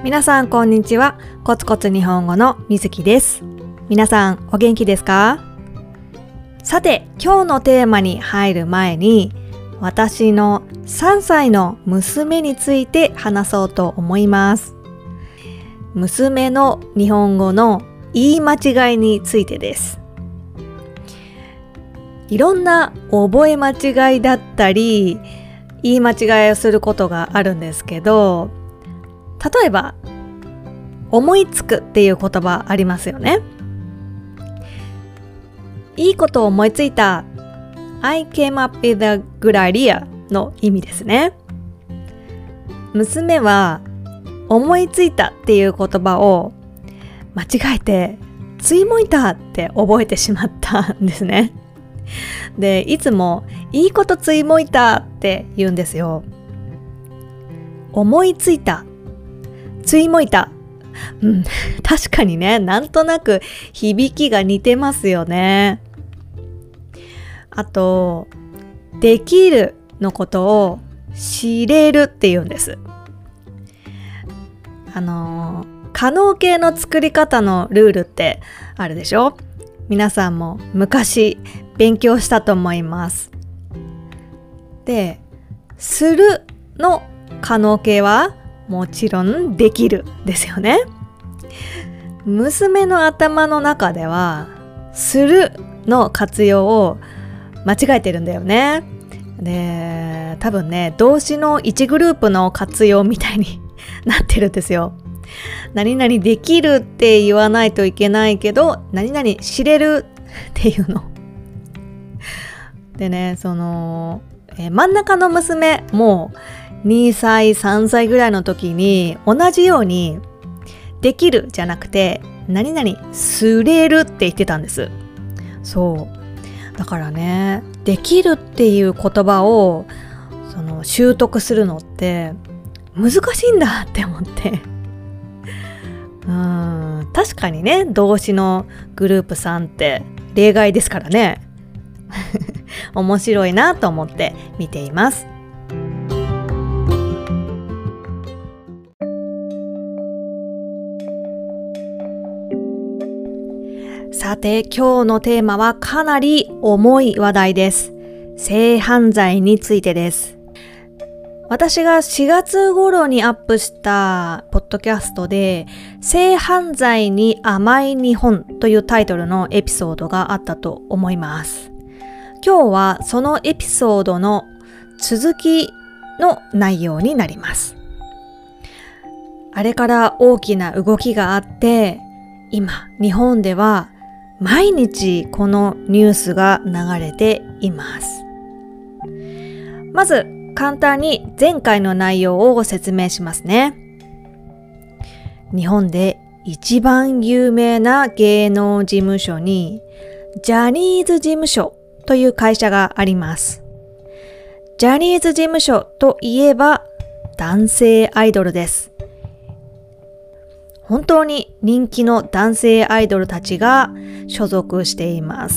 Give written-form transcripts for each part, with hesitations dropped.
皆さんこんにちは。コツコツ日本語のみずきです。皆さんお元気ですか？さて、今日のテーマに入る前に、私の3歳の娘について話そうと思います。娘の日本語の言い間違いについてです。いろんな覚え間違いだったり、言い間違いをすることがあるんですけど、例えば思いつくっていう言葉ありますよね。いいことを思いついた I came up with a good idea の意味ですね。娘は思いついたっていう言葉を間違えてついもいたって覚えてしまったんですね。で、いつもいいことついもいたって言うんですよ。思いついた、ついもいた。確かにね、なんとなく響きが似てますよね。あと、できるのことを知れるって言うんです。可能形の作り方のルールってあるでしょ？皆さんも昔勉強したと思います。で、するの可能形はもちろんできるですよね。娘の頭の中ではするの活用を間違えてるんだよね。で、多分ね、動詞の1グループの活用みたいになってるんですよ。何々できるって言わないといけないけど、何々知れるっていうの。でね、真ん中の娘も2歳3歳ぐらいの時に同じようにできるじゃなくて何々すれるって言ってたんです。そうだからね、できるっていう言葉を習得するのって難しいんだって思って確かにね、動詞のグループ3って例外ですからね面白いなと思って見ています。さて、今日のテーマはかなり重い話題です。性犯罪についてです。私が4月頃にアップしたポッドキャストで性犯罪に甘い日本というタイトルのエピソードがあったと思います。今日はそのエピソードの続きの内容になります。あれから大きな動きがあって、今日本では毎日このニュースが流れています。まず簡単に前回の内容を説明しますね。日本で一番有名な芸能事務所にジャニーズ事務所という会社があります。ジャニーズ事務所といえば男性アイドルです。本当に人気の男性アイドルたちが所属しています。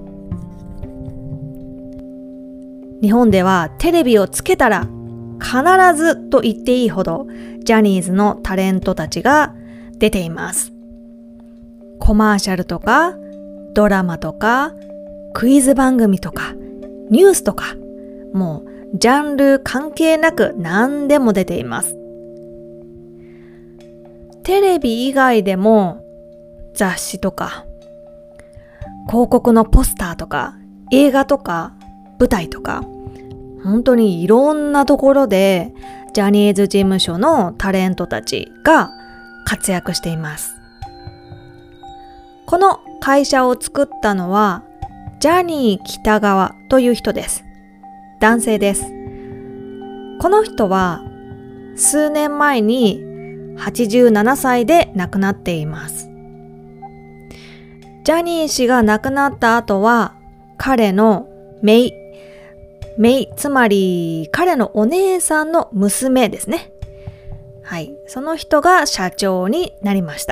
日本ではテレビをつけたら必ずと言っていいほどジャニーズのタレントたちが出ています。コマーシャルとかドラマとかクイズ番組とかニュースとか、もうジャンル関係なく何でも出ています。テレビ以外でも雑誌とか広告のポスターとか映画とか舞台とか、本当にいろんなところでジャニーズ事務所のタレントたちが活躍しています。この会社を作ったのはジャニー喜多川という人です。男性です。この人は数年前に87歳で亡くなっています。ジャニー氏が亡くなった後は彼のメイ、つまり彼のお姉さんの娘ですね。はい、その人が社長になりました。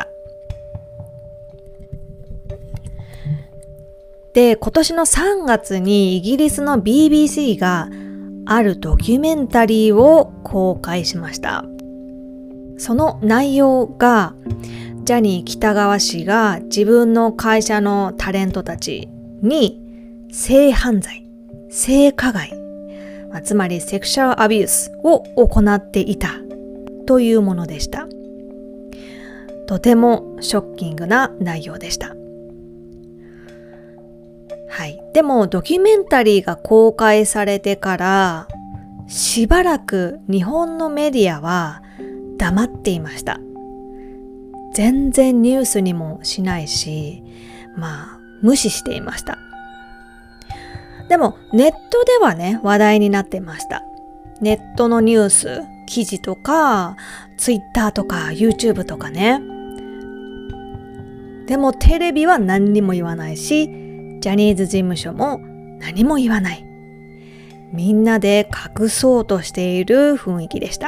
で、今年の3月にイギリスの BBC があるドキュメンタリーを公開しました。 その内容がジャニー喜多川氏が自分の会社のタレントたちに性犯罪、性加害、つまりセクシャルアビュースを行っていたというものでした。とてもショッキングな内容でした。はい。でもドキュメンタリーが公開されてからしばらく日本のメディアは黙っていました。全然ニュースにもしないし、無視していました。でもネットではね、話題になってました。ネットのニュース、記事とか、Twitter とか YouTube とかね。でもテレビは何にも言わないし、ジャニーズ事務所も何も言わない。みんなで隠そうとしている雰囲気でした。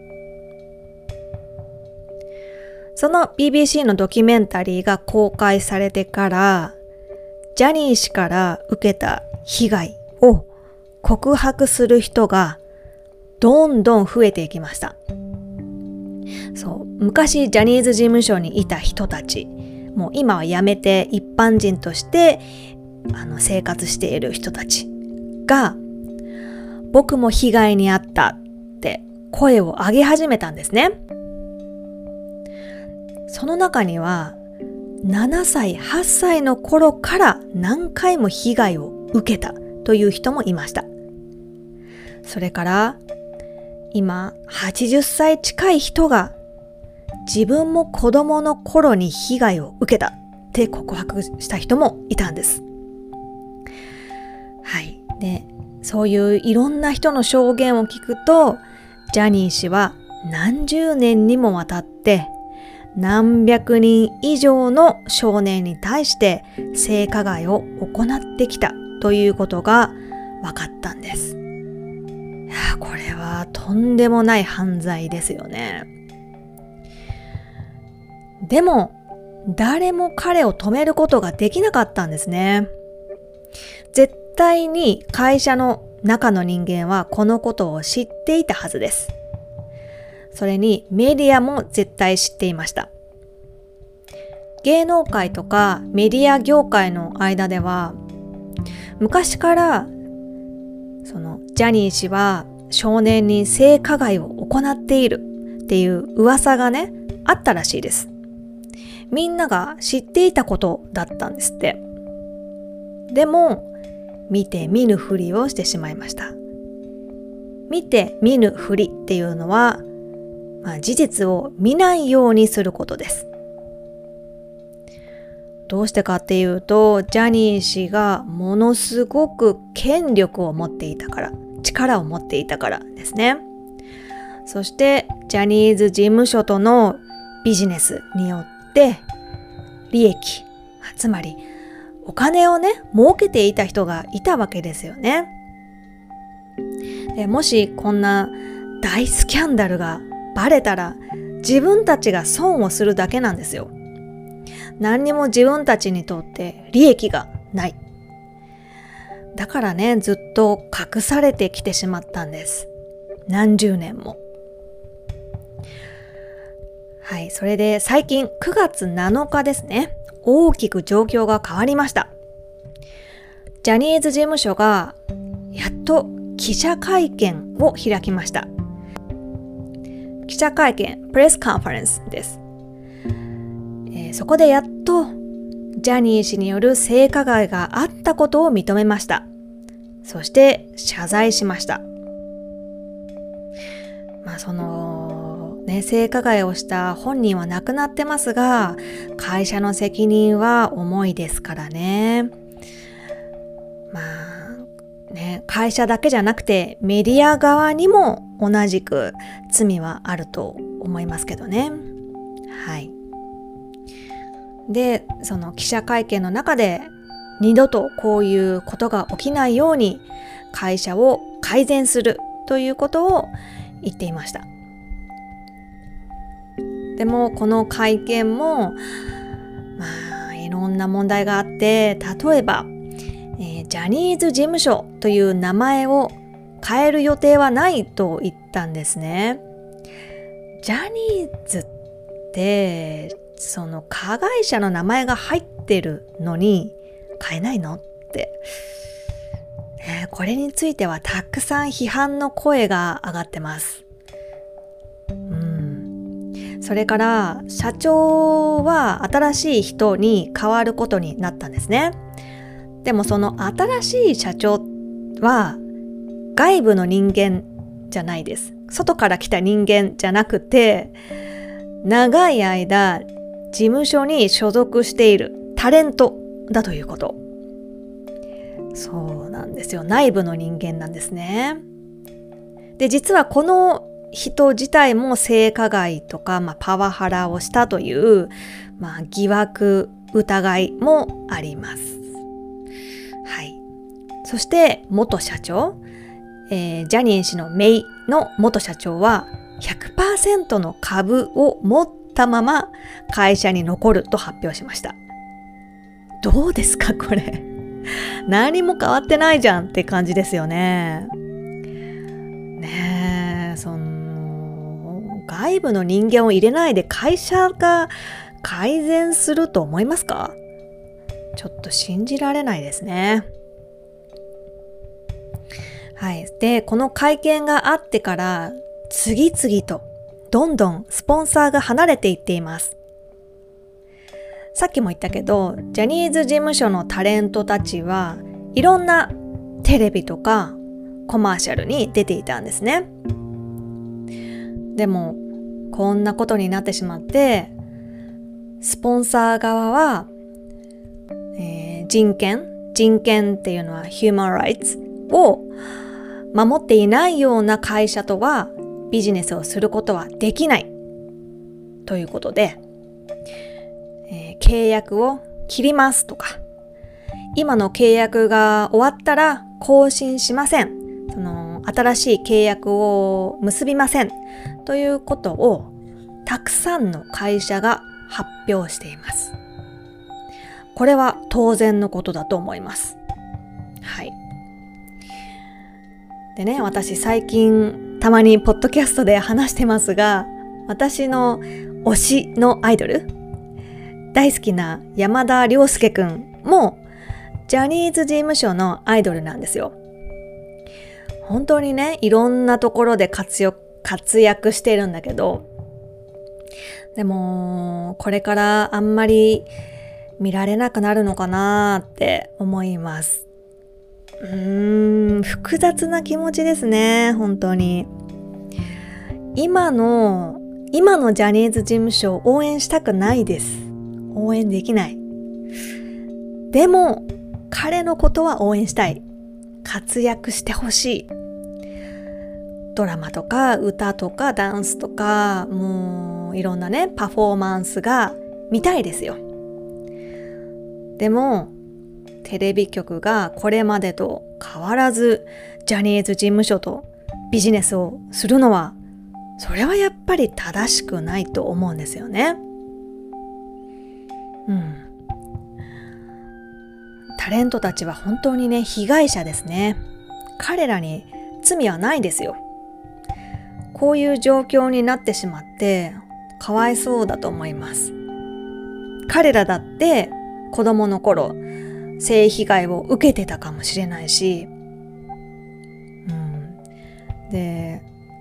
その BBC のドキュメンタリーが公開されてから、ジャニー氏から受けた被害を告白する人がどんどん増えていきました。そう、昔ジャニーズ事務所にいた人たち、もう今は辞めて一般人として生活している人たちが、僕も被害に遭ったって声を上げ始めたんですね。その中には7歳、8歳の頃から何回も被害を受けたという人もいました。それから今80歳近い人が自分も子供の頃に被害を受けたって告白した人もいたんです。はい。で、そういういろんな人の証言を聞くと、ジャニー氏は何十年にもわたって何百人以上の少年に対して性加害を行ってきたということが分かったんです。いや、これはとんでもない犯罪ですよね。でも誰も彼を止めることができなかったんですね。絶対に会社の中の人間はこのことを知っていたはずです。それにメディアも絶対知っていました。芸能界とかメディア業界の間では昔からそのジャニー氏は少年に性加害を行っているっていう噂がね、あったらしいです。みんなが知っていたことだったんですって。でも見て見ぬふりをしてしまいました。見て見ぬふりっていうのは、事実を見ないようにすることです。どうしてかっていうと、ジャニー氏がものすごく権力を持っていたから、力を持っていたからですね。そしてジャニーズ事務所とのビジネスによって利益、つまりお金をね、儲けていた人がいたわけですよね。でもしこんな大スキャンダルがバレたら自分たちが損をするだけなんですよ。何にも自分たちにとって利益がない。だからね、ずっと隠されてきてしまったんです。何十年も。はい、それで最近9月7日ですね、大きく状況が変わりました。ジャニーズ事務所がやっと記者会見を開きました。記者会見、プレスカンファレンスです。そこでやっとジャニー氏による性加害があったことを認めました。そして謝罪しました。性加害をした本人は亡くなってますが、会社の責任は重いですからね。会社だけじゃなくてメディア側にも同じく罪はあると思いますけどね。はい。で、その記者会見の中で二度とこういうことが起きないように会社を改善するということを言っていました。でもこの会見もいろんな問題があって、例えば、ジャニーズ事務所という名前を変える予定はないと言ったんですね。 ジャニーズってその加害者の名前が入ってるのに変えないのって、これについてはたくさん批判の声が上がってます。それから社長は新しい人に変わることになったんですね。でもその新しい社長は外部の人間じゃないです。外から来た人間じゃなくて、長い間事務所に所属しているタレントだということ。そうなんですよ。内部の人間なんですね。で、実はこの人自体も性加害とか、パワハラをしたという、疑惑疑いもあります。はい。そして元社長、ジャニー氏の姪の元社長は 100% の株を持ったまま会社に残ると発表しました。どうですかこれ。何も変わってないじゃんって感じですよね。外部の人間を入れないで会社が改善すると思いますか？ちょっと信じられないですね。はい。で、この会見があってから次々とどんどんスポンサーが離れていっています。さっきも言ったけど、ジャニーズ事務所のタレントたちはいろんなテレビとかコマーシャルに出ていたんですね。でもこんなことになってしまって、スポンサー側は、人権っていうのは Human Rights を守っていないような会社とはビジネスをすることはできないということで、契約を切りますとか、今の契約が終わったら更新しません、新しい契約を結びませんということをたくさんの会社が発表しています。これは当然のことだと思います。はい。でね、私最近たまにポッドキャストで話してますが、私の推しのアイドル、大好きな山田涼介くんもジャニーズ事務所のアイドルなんですよ。本当にね、いろんなところで活躍しているんだけど、でもこれからあんまり見られなくなるのかなって思います。複雑な気持ちですね、本当に。今のジャニーズ事務所を応援したくないです。応援できない。でも彼のことは応援したい。活躍してほしい。ドラマとか歌とかダンスとか、もういろんなねパフォーマンスが見たいですよ。でもテレビ局がこれまでと変わらずジャニーズ事務所とビジネスをするのは、それはやっぱり正しくないと思うんですよね。タレントたちは本当にね、被害者ですね。彼らに罪はないですよ。こういう状況になってしまってかわいそうだと思います。彼らだって子供の頃性被害を受けてたかもしれないし、で、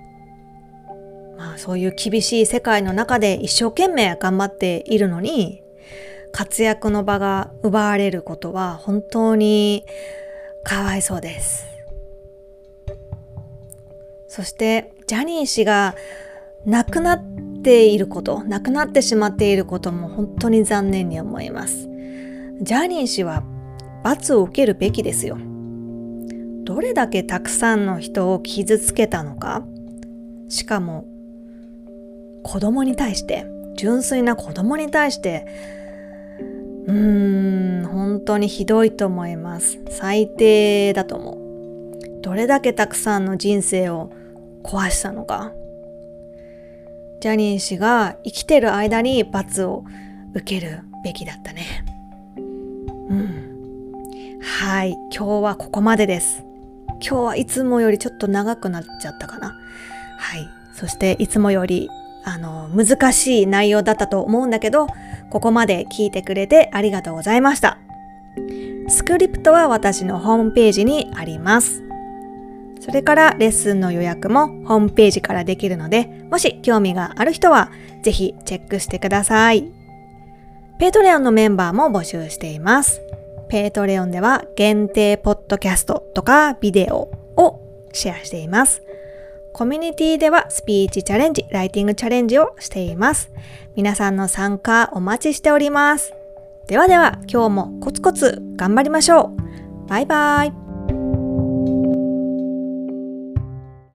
そういう厳しい世界の中で一生懸命頑張っているのに、活躍の場が奪われることは本当にかわいそうです。そしてジャニー氏が亡くなってしまっていることも本当に残念に思います。ジャニー氏は罰を受けるべきですよ。どれだけたくさんの人を傷つけたのか、しかも子供に対して、純粋な子供に対して、本当にひどいと思います。最低だと思う。どれだけたくさんの人生を壊したのか。ジャニー氏が生きてる間に罰を受けるべきだったね。はい、今日はここまでです。今日はいつもよりちょっと長くなっちゃったかな。はい、そしていつもより難しい内容だったと思うんだけど、ここまで聞いてくれてありがとうございました。スクリプトは私のホームページにあります。それからレッスンの予約もホームページからできるので、もし興味がある人はぜひチェックしてください。ペイトレオンのメンバーも募集しています。ペイトレオンでは限定ポッドキャストとかビデオをシェアしています。コミュニティではスピーチチャレンジ、ライティングチャレンジをしています。皆さんの参加お待ちしております。ではでは今日もコツコツ頑張りましょう。バイバイ。